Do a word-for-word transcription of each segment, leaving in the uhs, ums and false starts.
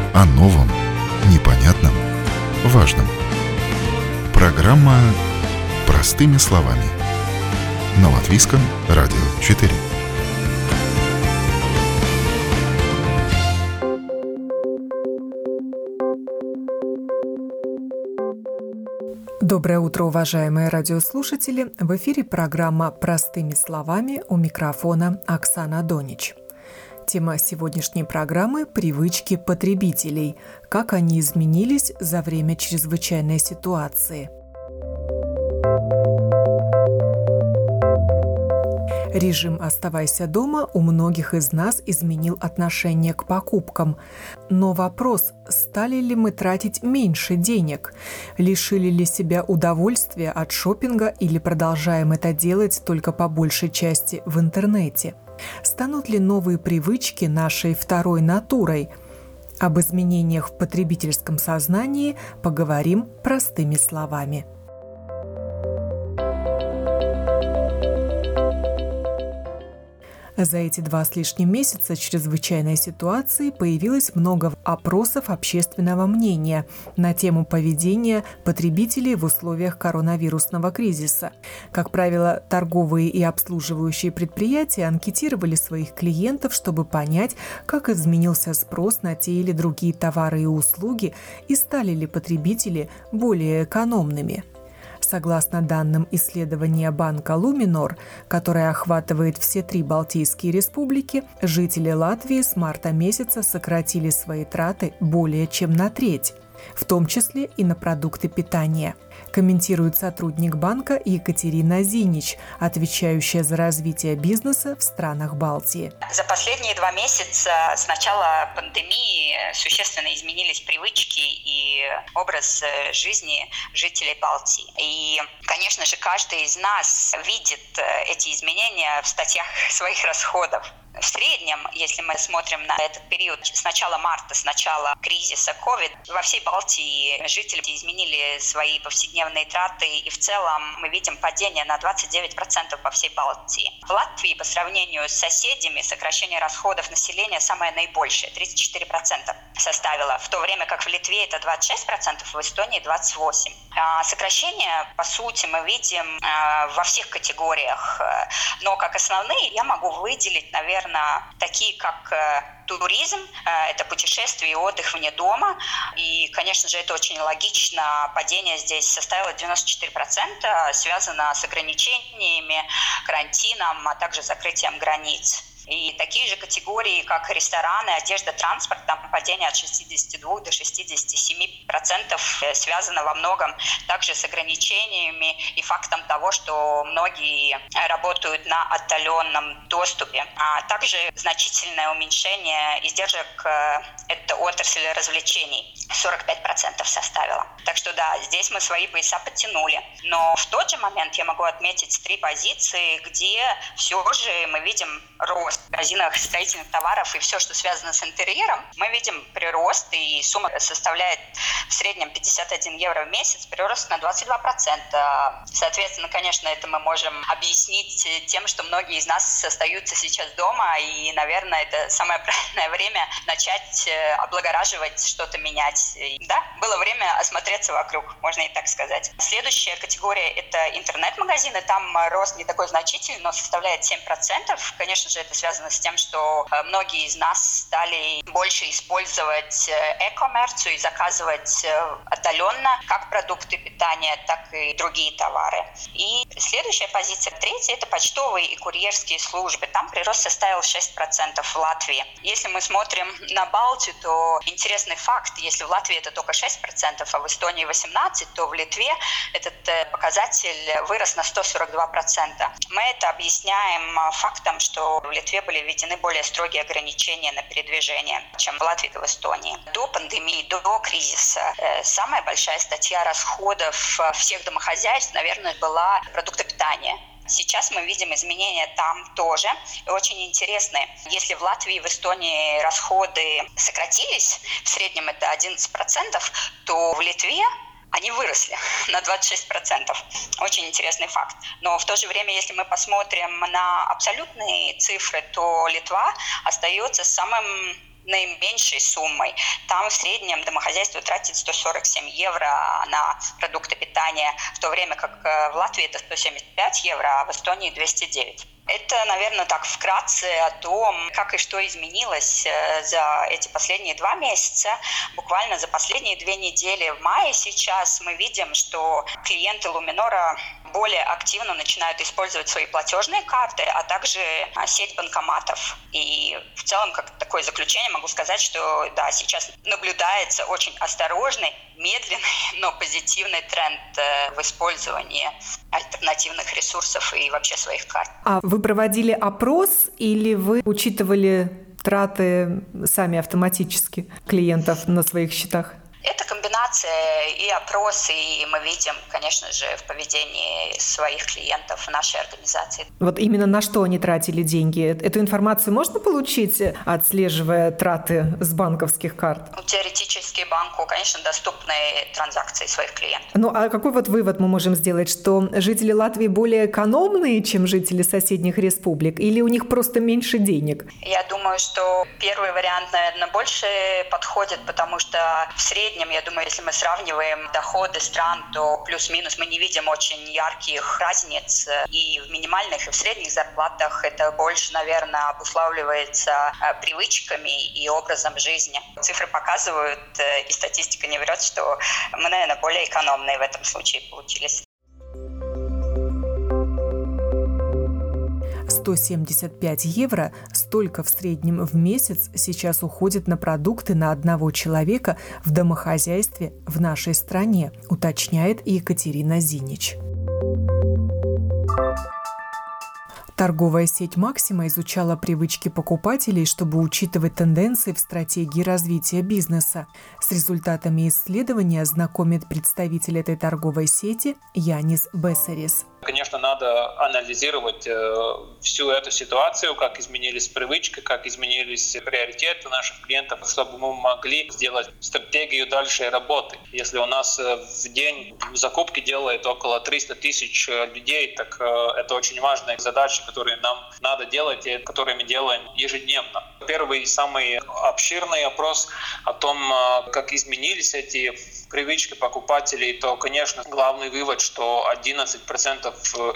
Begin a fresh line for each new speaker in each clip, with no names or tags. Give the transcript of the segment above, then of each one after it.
О новом, непонятном, важном. Программа «Простыми словами» на Латвийском радио четыре.
Доброе утро, уважаемые радиослушатели! В эфире программа «Простыми словами», у микрофона Оксана Донич. Тема сегодняшней программы – привычки потребителей. Как они изменились за время чрезвычайной ситуации. Режим «Оставайся дома» у многих из нас изменил отношение к покупкам. Но вопрос, стали ли мы тратить меньше денег? Лишили ли себя удовольствия от шопинга или продолжаем это делать только по большей части в интернете? Станут ли новые привычки нашей второй натурой? Об изменениях в потребительском сознании поговорим простыми словами. За эти два с лишним месяца чрезвычайной ситуации появилось много опросов общественного мнения на тему поведения потребителей в условиях коронавирусного кризиса. Как правило, торговые и обслуживающие предприятия анкетировали своих клиентов, чтобы понять, как изменился спрос на те или другие товары и услуги и стали ли потребители более экономными. Согласно данным исследования банка Luminor, которое охватывает все три Балтийские республики, жители Латвии с марта месяца сократили свои траты более чем на треть, в том числе и на продукты питания. Комментирует сотрудник банка Екатерина Зинич, отвечающая за развитие бизнеса в странах Балтии.
За последние два месяца с начала пандемии существенно изменились привычки и образ жизни жителей Балтии. И, конечно же, каждый из нас видит эти изменения в статьях своих расходов. В среднем, если мы смотрим на этот период с начала марта, с начала кризиса ковид, во всей Балтии жители изменили свои повседневные траты, и в целом мы видим падение на двадцать девять процентов по всей Балтии. В Латвии по сравнению с соседями сокращение расходов населения самое наибольшее, тридцать четыре процента составило, в то время как в Литве это двадцать шесть процентов, в Эстонии двадцать восемь процентов. Сокращение, по сути, мы видим во всех категориях, но как основные я могу выделить, наверное, такие как туризм, это путешествие и отдых вне дома. И, конечно же, это очень логично. Падение здесь составило девяносто четыре процента, связано с ограничениями, карантином, а также закрытием границ. И такие же категории, как рестораны, одежда, транспорт, там падение от шестидесяти двух до шестидесяти семи процентов связано во многом также с ограничениями и фактом того, что многие работают на отдаленном доступе. А также значительное уменьшение издержек эта отрасль развлечений сорок пять процентов составила. Так что да, здесь мы свои пояса подтянули. Но в тот же момент я могу отметить три позиции, где все же мы видим рост. В магазинах строительных товаров и все, что связано с интерьером, мы видим прирост, и сумма составляет в среднем пятьдесят один евро в месяц, прирост на двадцать два процента. Соответственно, конечно, это мы можем объяснить тем, что многие из нас остаются сейчас дома, и, наверное, это самое правильное время начать облагораживать, что-то менять. И, да, было время осмотреться вокруг, можно и так сказать. Следующая категория – это интернет-магазины. Там рост не такой значительный, но составляет семь процентов. Конечно же, это связано с тем, что многие из нас стали больше использовать e-коммерцию и заказывать отдаленно как продукты питания, так и другие товары. И следующая позиция, третья, это почтовые и курьерские службы. Там прирост составил шесть процентов в Латвии. Если мы смотрим на Балтию, то интересный факт, если в Латвии это только шесть процентов, а в Эстонии восемнадцать процентов, то в Литве этот показатель вырос на сто сорок два процента. Мы это объясняем фактом, что в Литве были введены более строгие ограничения на передвижение, чем в Латвии и в Эстонии. До пандемии, до кризиса самая большая статья расходов всех домохозяйств, наверное, была продукты питания. Сейчас мы видим изменения там тоже, и очень интересные. Если в Латвии и в Эстонии расходы сократились, в среднем это одиннадцать процентов, то в Литве они выросли на двадцать шесть процентов. Очень интересный факт. Но в то же время, если мы посмотрим на абсолютные цифры, то Литва остается самым наименьшей суммой. Там в среднем домохозяйство тратит сто сорок семь евро на продукты питания, в то время как в Латвии это сто семьдесят пять евро, а в Эстонии двести девять. Это, наверное, так вкратце о том, как и что изменилось за эти последние два месяца. Буквально за последние две недели в мае сейчас мы видим, что клиенты Луминора более активно начинают использовать свои платежные карты, а также сеть банкоматов. И в целом, как такое заключение, могу сказать, что да, сейчас наблюдается очень осторожный, медленный, но позитивный тренд в использовании альтернативных ресурсов и вообще своих карт.
А вы проводили опрос или вы учитывали траты сами автоматически клиентов на своих счетах?
Это комбинация и опросы, и мы видим, конечно же, в поведении своих клиентов в нашей организации.
Вот именно на что они тратили деньги? Эту информацию можно получить, отслеживая траты с банковских карт?
Теоретически банку, конечно, доступны транзакции своих клиентов.
Ну а какой вот вывод мы можем сделать, что жители Латвии более экономные, чем жители соседних республик, или у них просто меньше денег?
Я думаю, что первый вариант, наверное, больше подходит, потому что в среднем, я думаю, если мы сравниваем доходы стран, то плюс-минус мы не видим очень ярких разниц. И в минимальных, и в средних зарплатах это больше, наверное, обуславливается привычками и образом жизни. Цифры показывают, и статистика не врет, что мы, наверное, более экономные в этом случае получились.
сто семьдесят пять евро – столько в среднем в месяц сейчас уходит на продукты на одного человека в домохозяйстве в нашей стране, уточняет Екатерина Зинич. Торговая сеть «Максима» изучала привычки покупателей, чтобы учитывать тенденции в стратегии развития бизнеса. С результатами исследования знакомит представитель этой торговой сети Янис Бесерис.
Конечно, надо анализировать э, всю эту ситуацию, как изменились привычки, как изменились приоритеты наших клиентов, чтобы мы могли сделать стратегию дальшей работы. Если у нас э, в день закупки делает около триста тысяч людей, так э, это очень важная задача, которые нам надо делать и которые мы делаем ежедневно. Первый, самый обширный опрос о том, как изменились эти привычки покупателей, то, конечно, главный вывод, что одиннадцать процентов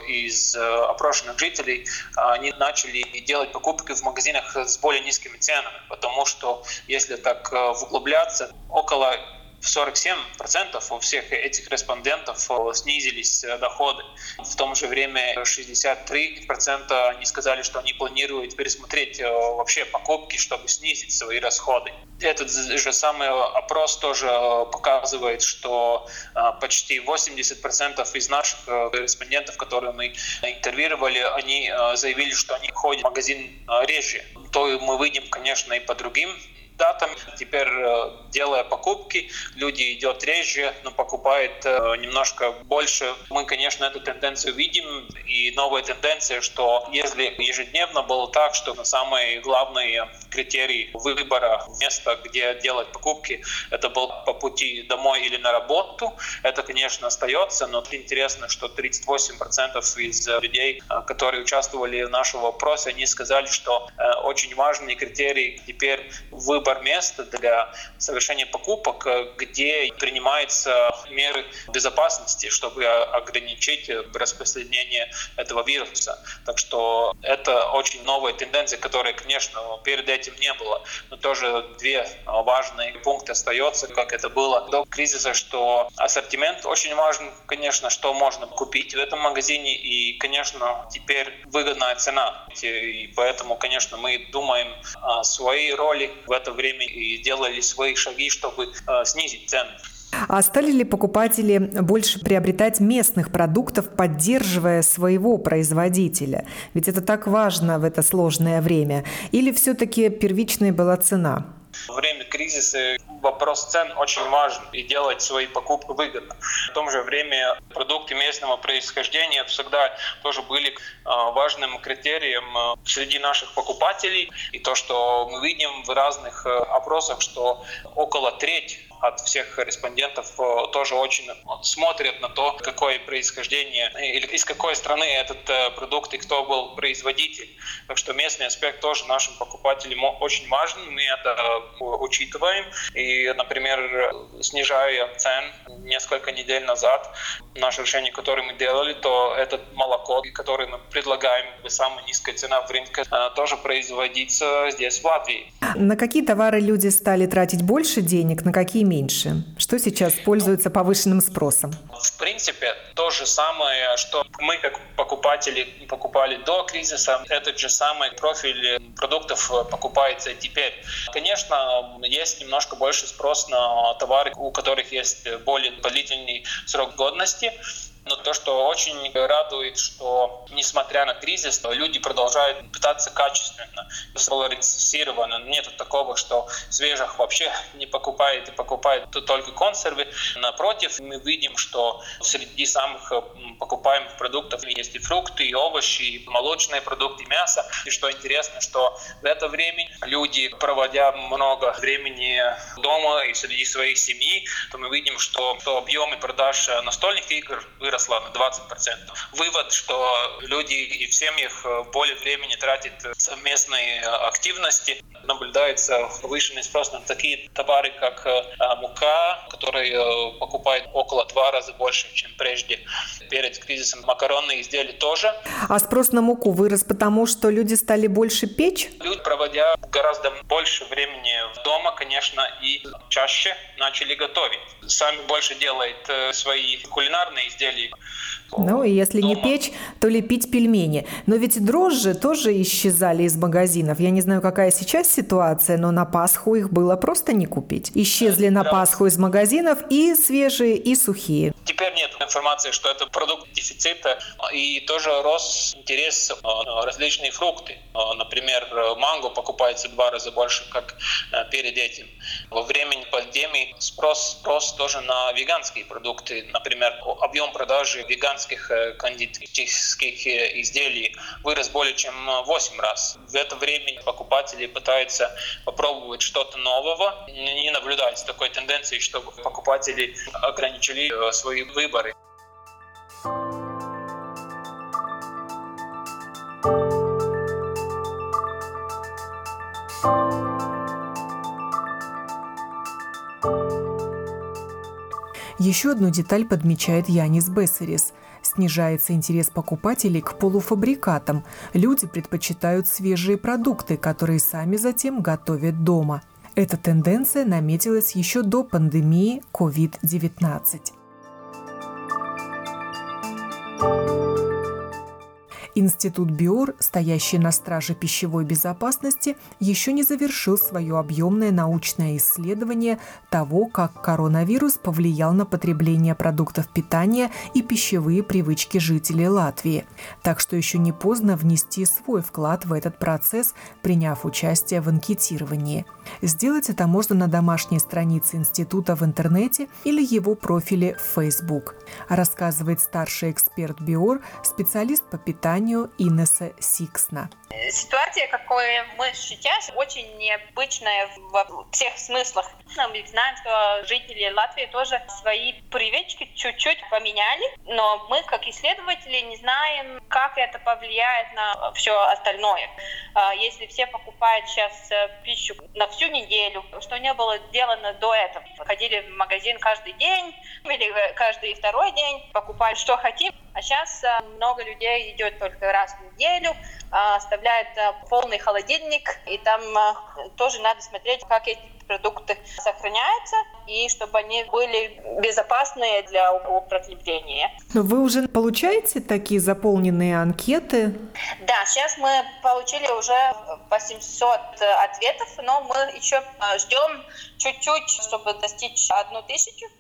из опрошенных жителей они начали делать покупки в магазинах с более низкими ценами, потому что, если так углубляться, около сорок семь процентов у всех этих респондентов снизились доходы. В то же время шестьдесят три процента они сказали, что они планируют пересмотреть вообще покупки, чтобы снизить свои расходы. Этот же самый опрос тоже показывает, что почти восемьдесят процентов из наших респондентов, которые мы интервьюировали, они заявили, что они ходят в магазин реже. То мы видим, конечно, и по другим датам. Теперь, делая покупки, люди идут реже, но покупают немножко больше. Мы, конечно, эту тенденцию видим. И новая тенденция, что если ежедневно было так, что самый главный критерий выбора места, где делать покупки, это был по пути домой или на работу, это, конечно, остается. Но интересно, что тридцать восемь процентов из людей, которые участвовали в нашем опросе, они сказали, что очень важный критерий теперь выбор выбор места для совершения покупок, где принимаются меры безопасности, чтобы ограничить распространение этого вируса. Так что это очень новая тенденция, которой, конечно, перед этим не было. Но тоже две важные пункты остаются, как это было до кризиса, что ассортимент очень важен, конечно, что можно купить в этом магазине, и, конечно, теперь выгодная цена. И поэтому, конечно, мы думаем о своей роли в это время и делали свои шаги, чтобы э, снизить цены.
А стали ли покупатели больше приобретать местных продуктов, поддерживая своего производителя? Ведь это так важно в это сложное время. Или все-таки первичной была цена?
Во время кризиса вопрос цен очень важен и делать свои покупки выгодно. В то же время продукты местного происхождения всегда тоже были важным критерием среди наших покупателей. И то, что мы видим в разных опросах, что около трети от всех респондентов тоже очень смотрят на то, какое происхождение или из какой страны этот продукт и кто был производитель. Так что местный аспект тоже нашим покупателям очень важен, мы это учитываем. И, например, снижая цен несколько недель назад, наше решение, которое мы делали, то это молоко, которое мы предлагаем, самая низкая цена в рынке, тоже производится здесь, в Латвии.
На какие товары люди стали тратить больше денег, на какие меньше? Что сейчас пользуется повышенным спросом?
В принципе, то же самое, что мы как покупатели покупали до кризиса, этот же самый профиль продуктов покупается теперь. Конечно, есть немножко больше спрос на товары, у которых есть более длительный срок годности. Но то, что очень радует, что несмотря на кризис, люди продолжают питаться качественно, поляризированно. Нет такого, что свежих вообще не покупают и покупают только консервы. Напротив, мы видим, что среди самых покупаемых продуктов есть и фрукты, и овощи, и молочные продукты, и мясо. И что интересно, что в это время люди, проводя много времени дома и среди своей семьи, то мы видим, что, что объемы продаж настольных игр выросла на двадцать процентов. Вывод, что люди и в семьях более времени тратят совместные активности. Наблюдается повышенный спрос на такие товары, как мука, которые покупают около два раза больше, чем прежде. Перед кризисом макаронные изделия тоже.
А спрос на муку вырос потому, что люди стали больше печь?
Люди, проводя гораздо больше времени дома, конечно, и чаще начали готовить. Сами больше делают свои кулинарные изделия.
Ну, и если
дома.
не печь, то лепить пельмени. Но ведь дрожжи тоже исчезали из магазинов. Я не знаю, какая сейчас ситуация, но на Пасху их было просто не купить. Исчезли на Пасху из магазинов и свежие, и сухие.
Теперь нет информации, что это продукт дефицита. И тоже рос интерес на различные фрукты. Например, манго покупается в два раза больше, как перед этим. Во время пандемии спрос рос тоже на веганские продукты. Например, объем продажи веганских кондитерских изделий вырос более чем в восемь раз. В это время покупатели пытаются попробовать что-то нового. Не наблюдается такой тенденции, чтобы покупатели ограничили свои выборы.
Еще одну деталь подмечает Янис Бесерис. Снижается интерес покупателей к полуфабрикатам. Люди предпочитают свежие продукты, которые сами затем готовят дома. Эта тенденция наметилась еще до пандемии ковид девятнадцать. Институт Биор, стоящий на страже пищевой безопасности, еще не завершил свое объемное научное исследование того, как коронавирус повлиял на потребление продуктов питания и пищевые привычки жителей Латвии. Так что еще не поздно внести свой вклад в этот процесс, приняв участие в анкетировании. Сделать это можно на домашней странице института в интернете или его профиле в Facebook, рассказывает старший эксперт Биор, специалист по питанию Инесса Сиксна.
Ситуация, какой мы сейчас, очень необычная во всех смыслах. Мы знаем, что жители Латвии тоже свои привычки чуть-чуть поменяли, но мы, как исследователи, не знаем, как это повлияет на все остальное. Если все покупают сейчас пищу на всю неделю, что не было сделано до этого. Ходили в магазин каждый день или каждый второй день, покупали, что хотим. А сейчас много людей идет только раз в неделю, оставляют полный холодильник, и там тоже надо смотреть, как эти продукты сохраняются, и чтобы они были безопасные для употребления.
Но вы уже получаете такие заполненные анкеты?
Да, сейчас мы получили уже восемьсот ответов, но мы еще ждем чуть-чуть, чтобы достичь одну тысячу.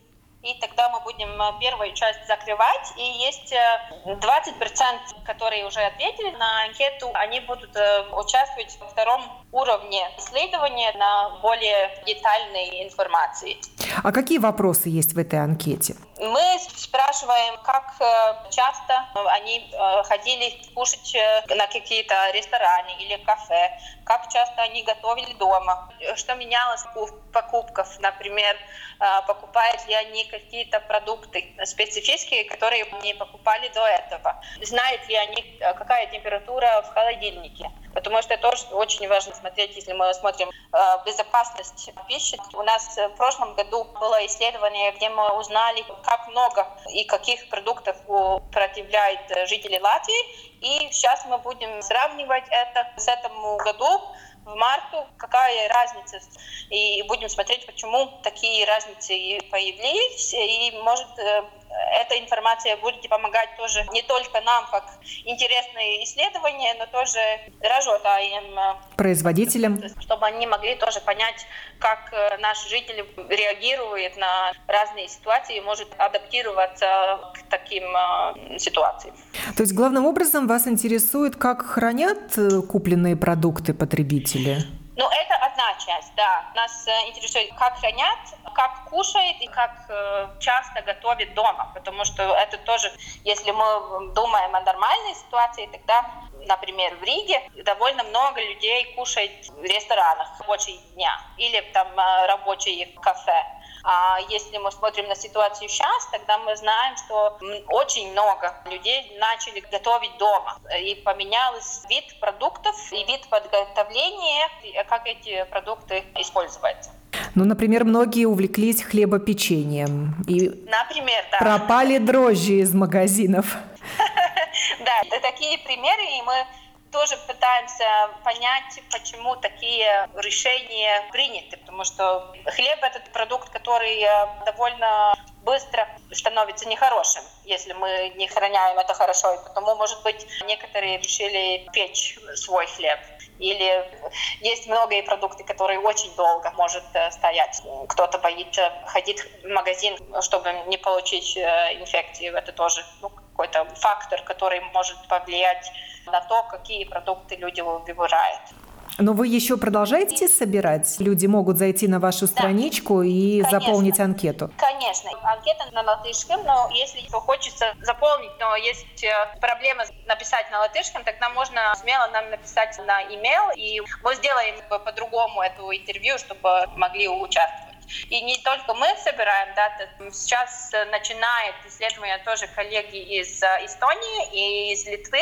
и тогда мы будем первую часть закрывать. И есть двадцать процентов, которые уже ответили на анкету, они будут участвовать во втором уровне исследования на более детальной информации.
А какие вопросы есть в этой анкете?
Мы спрашиваем, как часто они ходили кушать на какие-то рестораны или кафе, как часто они готовили дома, что менялось в покупках, например, покупают ли они какие-то продукты специфические, которые не покупали до этого, знают ли они, какая температура в холодильнике. Потому что это тоже очень важно смотреть, если мы смотрим безопасность пищи. У нас в прошлом году было исследование, где мы узнали, как много и каких продуктов употребляют жители Латвии. И сейчас мы будем сравнивать это с этим году. В марту какая разница, и будем смотреть, почему такие разницы появились, и может эта информация будет помогать тоже не только нам, как интересные исследования, но тоже ražotājiem,
производителям,
чтобы они могли тоже понять, как наши жители реагируют на разные ситуации и может адаптироваться к таким ситуациям.
То есть главным образом вас интересует, как хранят купленные продукты потребители?
Ну, это одна часть, да. Нас интересует, как хранят, как кушают и как э, часто готовят дома. Потому что это тоже, если мы думаем о нормальной ситуации, тогда, например, в Риге довольно много людей кушает в ресторанах в рабочие дня или там рабочие кафе. А если мы смотрим на ситуацию сейчас, тогда мы знаем, что очень много людей начали готовить дома. И поменялся вид продуктов и вид подготовления, как эти продукты используются.
Ну, например, многие увлеклись хлебопечением. И
например, да.
пропали дрожжи из магазинов.
Да, это такие примеры, и мы тоже пытаемся понять, почему такие решения приняты, потому что хлеб — это продукт, который довольно быстро становится нехорошим, если мы не храняем это хорошо. И потому, может быть, некоторые решили печь свой хлеб. Или есть многие продукты, которые очень долго может стоять. Кто-то боится ходить в магазин, чтобы не получить инфекцию. Это тоже ну, какой-то фактор, который может повлиять на то, какие продукты люди выбирают.
Но вы еще продолжаете собирать? Люди могут зайти на вашу страничку да. и Конечно. заполнить анкету?
Конечно. Анкета на латышском, но если хочется заполнить, но есть проблема написать на латышском, тогда можно смело нам написать на имейл, и мы сделаем по-другому это интервью, чтобы могли участвовать. И не только мы собираем, да, сейчас начинают исследования тоже коллеги из Эстонии и из Литвы,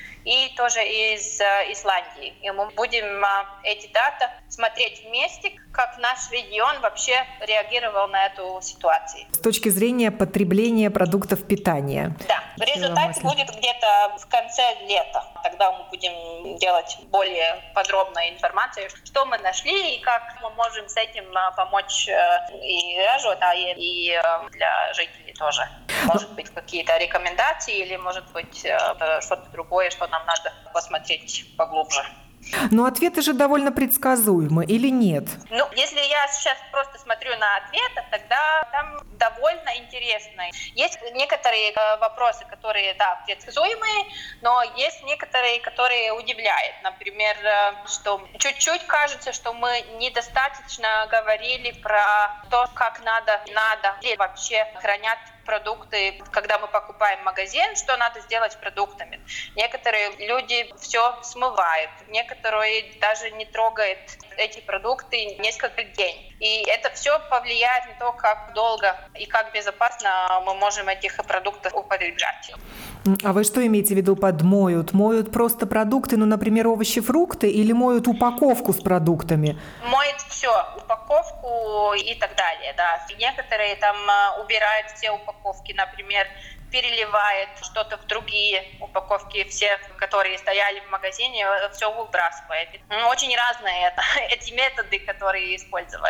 и тоже из э, Исландии. И мы будем э, эти даты смотреть вместе, как наш регион вообще реагировал на эту ситуацию.
С точки зрения потребления продуктов питания.
Да, результат будет где-то в конце лета. Тогда мы будем делать более подробную информацию, что мы нашли и как мы можем с этим э, помочь э, и ražotājiem, и э, для жителей тоже. Может быть, какие-то рекомендации или, может быть, э, что-то другое, что нам надо посмотреть поглубже.
Но ответы же довольно предсказуемы, или нет?
Ну, если я сейчас просто смотрю на ответы, тогда там довольно интересно. Есть некоторые вопросы, которые, да, предсказуемые, но есть некоторые, которые удивляют. Например, что чуть-чуть кажется, что мы недостаточно говорили про то, как надо, надо или вообще хранят продукты, когда мы покупаем в магазин, что надо сделать с продуктами. Некоторые люди все смывают, некоторые даже не трогают эти продукты несколько дней. И это все повлияет на то, как долго и как безопасно мы можем этих продуктов употреблять.
А вы что имеете в виду под моют? Моют просто продукты, ну, например, овощи, фрукты, или моют упаковку с продуктами?
Моют все, упаковку и так далее, да. Некоторые там убирают все упаковки, например, переливает что-то в другие упаковки, все, которые стояли в магазине, все выбрасывает. Очень разные это, эти методы, которые используются.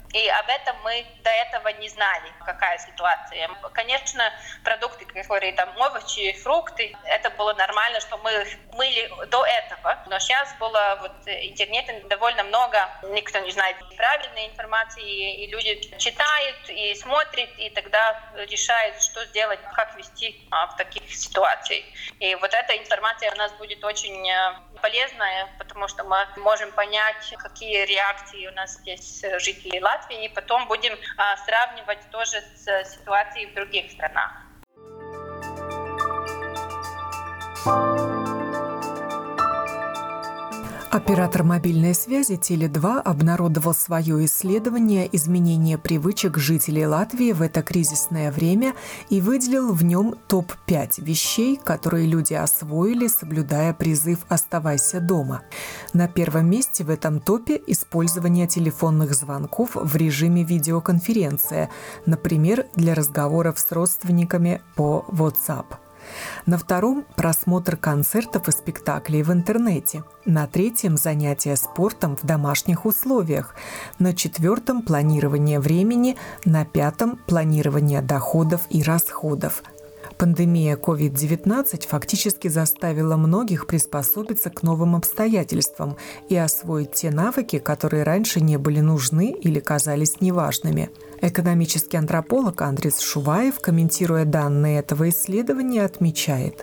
И об этом мы до этого не знали, какая ситуация. Конечно, продукты, которые там овощи, фрукты, это было нормально, что мы мыли до этого. Но сейчас было вот интернета довольно много, никто не знает правильной информации, и люди читают и смотрят, и тогда решают, что сделать, как вести в таких ситуациях. И вот эта информация у нас будет очень полезная, потому что мы можем понять, какие реакции у нас здесь жители Латвии, и потом будем а, сравнивать тоже с ситуацией в других странах.
Оператор мобильной связи Теле два обнародовал свое исследование изменения привычек жителей Латвии в это кризисное время и выделил в нем топ пять вещей, которые люди освоили, соблюдая призыв «Оставайся дома». На первом месте в этом топе использование телефонных звонков в режиме видеоконференции, например, для разговоров с родственниками по WhatsApp. На втором – просмотр концертов и спектаклей в интернете. На третьем – занятия спортом в домашних условиях. На четвертом – планирование времени. На пятом – планирование доходов и расходов. Пандемия ковид девятнадцать фактически заставила многих приспособиться к новым обстоятельствам и освоить те навыки, которые раньше не были нужны или казались неважными. Экономический антрополог Андрис Шуваев, комментируя данные этого исследования, отмечает: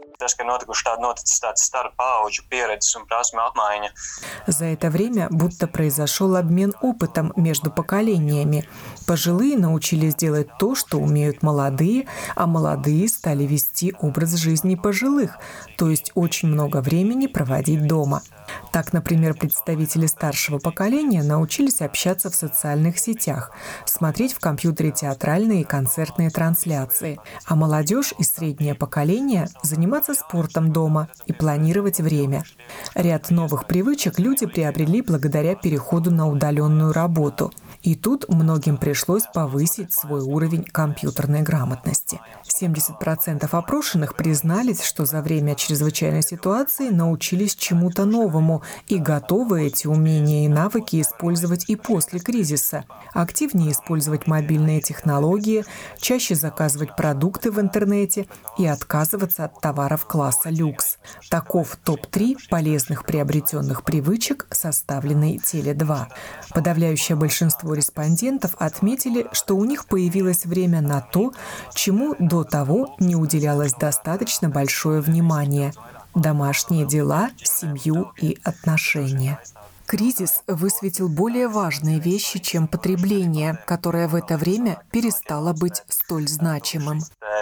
за это время будто произошел обмен опытом между поколениями. Пожилые научились делать то, что умеют молодые, а молодые стали вести образ жизни пожилых, то есть очень много времени проводить дома. Так, например, представители старшего поколения научились общаться в социальных сетях, смотреть в компьютере театральные и концертные трансляции, а молодежь и среднее поколение заниматься спортом дома и планировать время. Ряд новых привычек люди приобрели благодаря переходу на удаленную работу. И тут многим пришлось повысить свой уровень компьютерной грамотности. семьдесят процентов опрошенных признались, что за время чрезвычайной ситуации научились чему-то новому и готовы эти умения и навыки использовать и после кризиса. Активнее использовать мобильные технологии, чаще заказывать продукты в интернете и отказываться от товаров класса люкс. Таков топ три полезных приобретенных привычек, составленный Теле два. Подавляющее большинство респондентов отметили, что у них появилось время на то, чему до того не уделялось достаточно большое внимание – домашние дела, семью и отношения. Кризис высветил более важные вещи, чем потребление, которое в это время перестало быть столь значимым.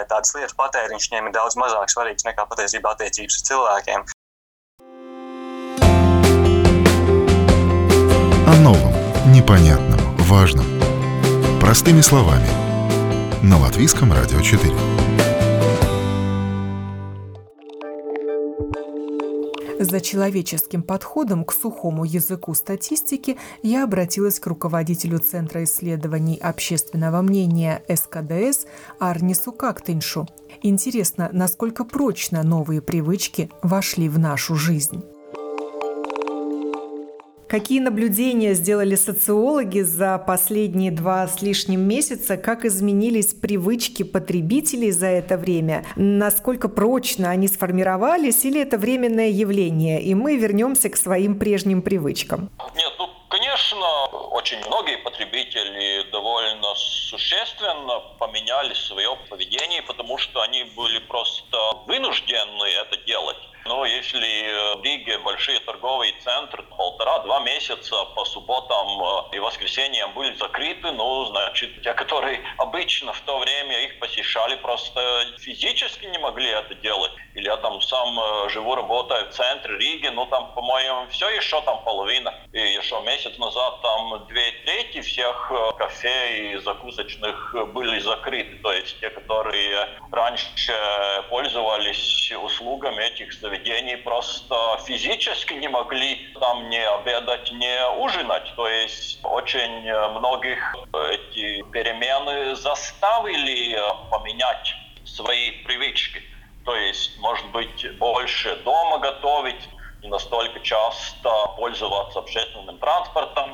О новом, непонятном, важном. Простыми словами. На Латвийском радио четыре.
За человеческим подходом к сухому языку статистики я обратилась к руководителю Центра исследований общественного мнения эс ка дэ эс Арнису Кактиншу. Интересно, насколько прочно новые привычки вошли в нашу жизнь. Какие наблюдения сделали социологи за последние два с лишним месяца? Как изменились привычки потребителей за это время? Насколько прочно они сформировались, или это временное явление, и мы вернемся к своим прежним привычкам?
Нет, ну, конечно, очень многие потребители довольно существенно поменяли свое поведение, потому что они были просто вынуждены это делать. Но если в Риге большие торговые центры полтора-два месяца по субботам и воскресеньям были закрыты, ну, значит, те, которые обычно в то время их посещали, просто физически не могли это делать. Или я там сам живу, работаю в центре Риги, ну, там, по-моему, все еще там половина. И еще месяц назад там две трети всех кафе и закусочных были закрыты. То есть те, которые раньше пользовались услугами этих заведений, просто физически не могли там не обедать, не ужинать. То есть очень многих эти перемены заставили поменять свои привычки. То есть, может быть, больше дома готовить, не настолько часто пользоваться общественным транспортом.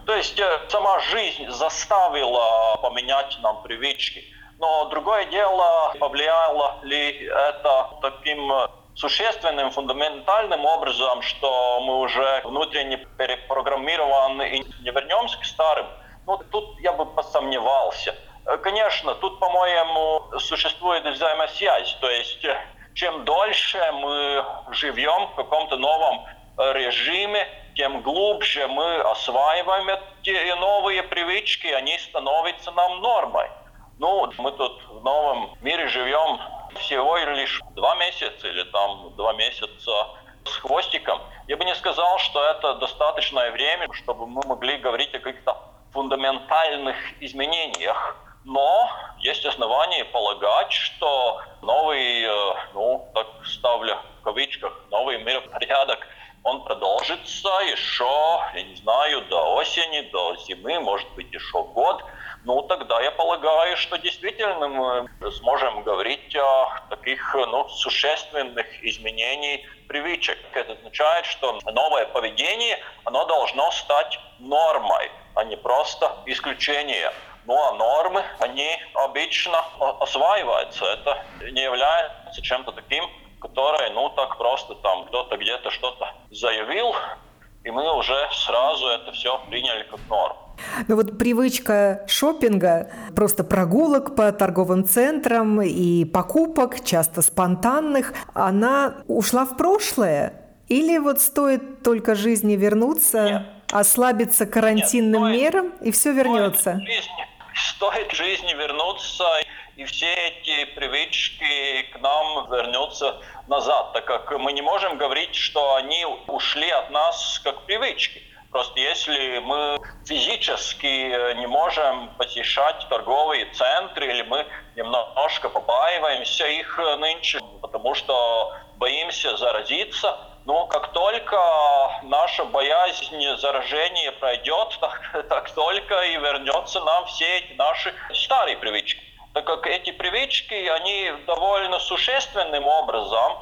То есть сама жизнь заставила поменять нам привычки. Но другое дело, повлияло ли это таким существенным, фундаментальным образом, что мы уже внутренне перепрограммированы и не вернемся к старым. Ну, тут я бы посомневался. Конечно, тут, по-моему, существует взаимосвязь. То есть, чем дольше мы живем в каком-то новом режиме, тем глубже мы осваиваем эти новые привычки, они становятся нам нормой. Ну, мы тут в новом мире живем всего лишь два месяца или там два месяца с хвостиком. Я бы не сказал, что это достаточное время, чтобы мы могли говорить о каких-то фундаментальных изменениях. Но есть основания полагать, что новый, ну, так ставлю в кавычках, новый миропорядок, он продолжится еще, я не знаю, до осени, до зимы, может быть, еще год. Ну, тогда я полагаю, что действительно мы сможем говорить о таких, ну, существенных изменениях привычек. Это означает, что новое поведение, оно должно стать нормой, а не просто исключением. Ну, а нормы, они обычно осваиваются. Это не является чем-то таким, которое, ну, так просто там кто-то где-то что-то заявил, и мы уже сразу это все приняли как норму.
Ну вот привычка шопинга, просто прогулок по торговым центрам и покупок, часто спонтанных, она ушла в прошлое? Или вот стоит только жизни вернуться,
Нет.
ослабиться карантинным
Нет, стоит,
мерам, и все вернется?
Стоит жизни, стоит жизни вернуться, и все эти привычки к нам вернутся назад, так как мы не можем говорить, что они ушли от нас как привычки. Просто если мы физически не можем посещать торговые центры, или мы немножко побаиваемся их нынче, потому что боимся заразиться, но как только наша боязнь заражения пройдет, так, так только и вернется нам все эти наши старые привычки. Так как эти привычки, они довольно существенным образом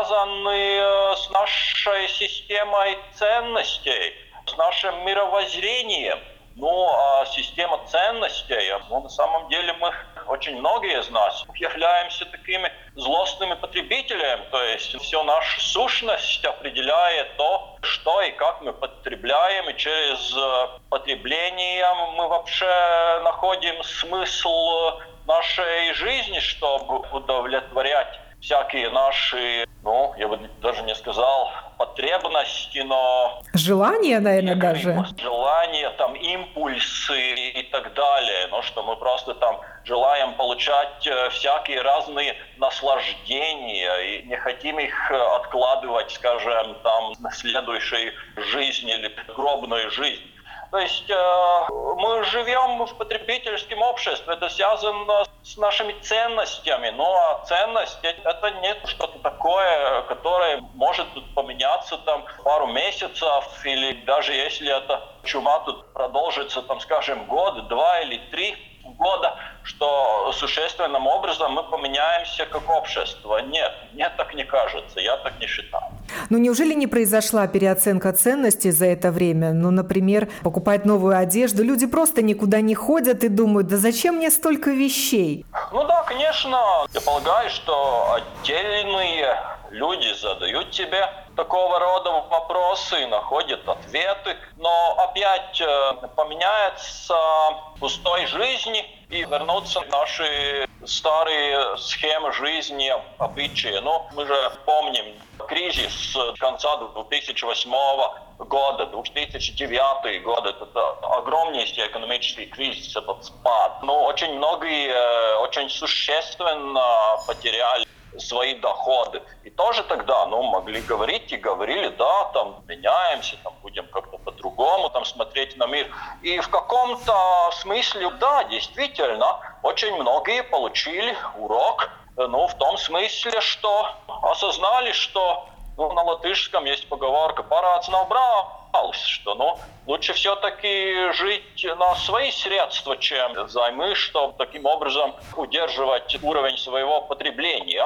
связаны с нашей системой ценностей, с нашим мировоззрением. Ну, а система ценностей, ну, на самом деле мы, очень многие из нас, являемся такими злостными потребителями. То есть всю нашу сущность определяет то, что и как мы потребляем. И через потребление мы вообще находим смысл нашей жизни, чтобы удовлетворять всякие наши, ну, я бы даже не сказал, потребности, но...
Желания, наверное, даже.
Желания, там, импульсы и так далее. Ну, что мы просто там желаем получать всякие разные наслаждения и не хотим их откладывать, скажем, там, на следующую жизнь или гробную жизнь. То есть э, мы живем в потребительском обществе, это связано с нашими ценностями. Ну а ценность это не что-то такое, которое может поменяться там пару месяцев, или даже если эта чума тут продолжится, там, скажем, год, два или три года, что существенным образом мы поменяемся как общество. Нет, мне так не кажется, я так не считаю.
Ну, неужели не произошла переоценка ценностей за это время? Ну, например, покупать новую одежду. Люди просто никуда не ходят и думают, да зачем мне столько вещей?
Ну да, конечно. Я полагаю, что отдельные люди задают тебе такого рода вопросы и находят ответы. Но опять поменяется пустой жизни и вернутся наши старые схемы жизни, обычаи. Ну, мы же помним кризис конца две тысячи восьмого года, две тысячи девятый год. Это огромнейший экономический кризис, этот спад. Но очень многие очень существенно потеряли свои доходы. И тоже тогда, ну, могли говорить и говорили, да, там, меняемся, там, будем как-то по-другому там смотреть на мир. И в каком-то смысле, да, действительно, очень многие получили урок, ну, в том смысле, что осознали, что, ну, на латышском есть поговорка «парāds nav brālis», что, ну, лучше все-таки жить на свои средства, чем займы, чтобы таким образом удерживать уровень своего потребления.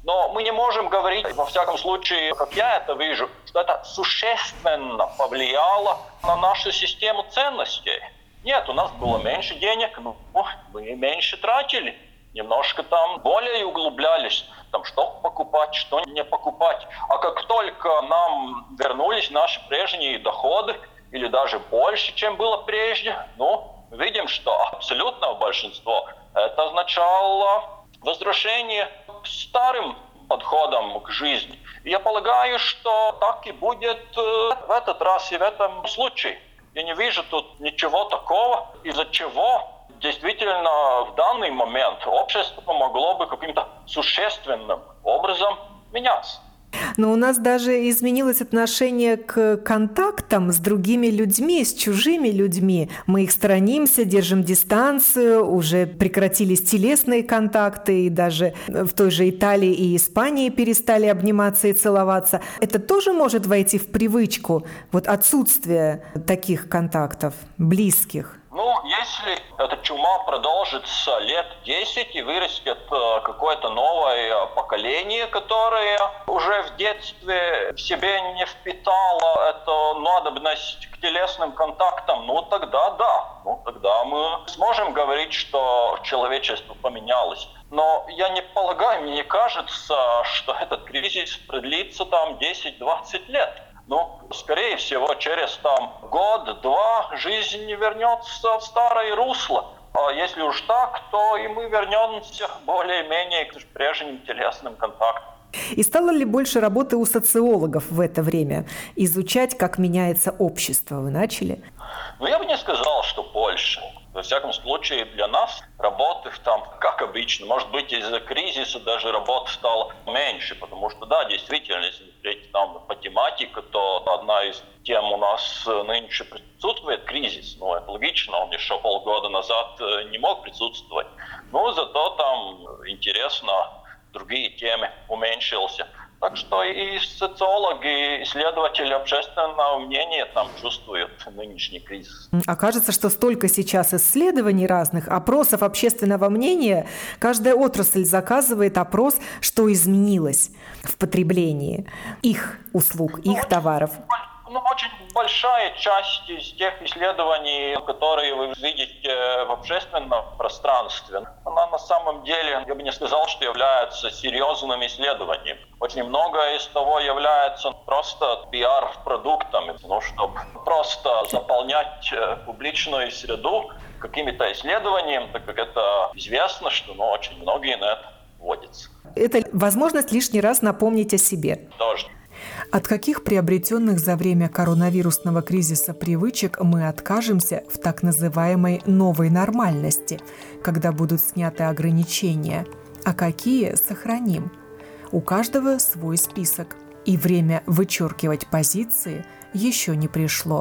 Но мы не можем говорить, во всяком случае, как я это вижу, что это существенно повлияло на нашу систему ценностей. Нет, у нас было меньше денег, но мы меньше тратили. Немножко там более углублялись, там что покупать, что не покупать. А как только нам вернулись наши прежние доходы, или даже больше, чем было прежде, ну, видим, что абсолютное большинство это означало возвращение к старым подходам к жизни. И я полагаю, что так и будет в этот раз и в этом случае. Я не вижу тут ничего такого, из-за чего действительно в данный момент общество могло бы каким-то существенным образом меняться.
Но у нас даже изменилось отношение к контактам с другими людьми, с чужими людьми. Мы их сторонимся, держим дистанцию, уже прекратились телесные контакты, и даже в той же Италии и Испании перестали обниматься и целоваться. Это тоже может войти в привычку, вот отсутствие таких контактов, близких?
Ну, если эта чума продолжится лет десять и вырастет какое-то новое поколение, которое уже в детстве в себе не впитало эту надобность к телесным контактам, ну тогда да, ну тогда мы сможем говорить, что человечество поменялось. Но я не полагаю, мне не кажется, что этот кризис продлится там десять-двадцать лет. Ну, скорее всего, через там год-два жизнь вернется в старое русло. А если уж так, то и мы вернемся более-менее к прежним телесным контактам.
И стало ли больше работы у социологов в это время? Изучать, как меняется общество, вы начали?
Ну, я бы не сказал, что больше. Во всяком случае, для нас работы там, как обычно, может быть, из-за кризиса даже работы стало меньше, потому что, да, действительно, если смотреть там по тематике, то одна из тем у нас нынче присутствует кризис. Ну, это логично, он еще полгода назад не мог присутствовать. Но зато там интересно, другие темы уменьшился. Так что и социологи, исследователи общественного мнения там чувствуют нынешний кризис.
Окажется, что столько сейчас исследований разных, опросов общественного мнения, каждая отрасль заказывает опрос, что изменилось в потреблении их услуг, их
ну,
товаров.
Ну, очень большая часть из тех исследований, которые вы видите в общественном пространстве, она на самом деле, я бы не сказал, что является серьезным исследованием. Очень многое из того является просто пиар-продуктами, ну, чтобы просто заполнять публичную среду какими-то исследованиями, так как это известно, что ну, очень многие на это вводятся.
Это возможность лишний раз напомнить о себе.
Тоже.
От каких приобретенных за время коронавирусного кризиса привычек мы откажемся в так называемой новой нормальности, когда будут сняты ограничения, а какие сохраним? У каждого свой список, и время вычеркивать позиции еще не пришло.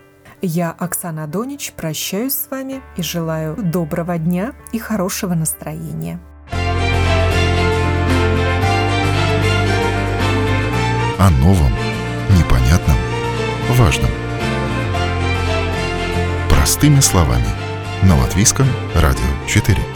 Я, Оксана Донич, прощаюсь с вами и желаю доброго дня и хорошего настроения.
О новом, непонятном, важном. Простыми словами. На Латвийском радио четыре.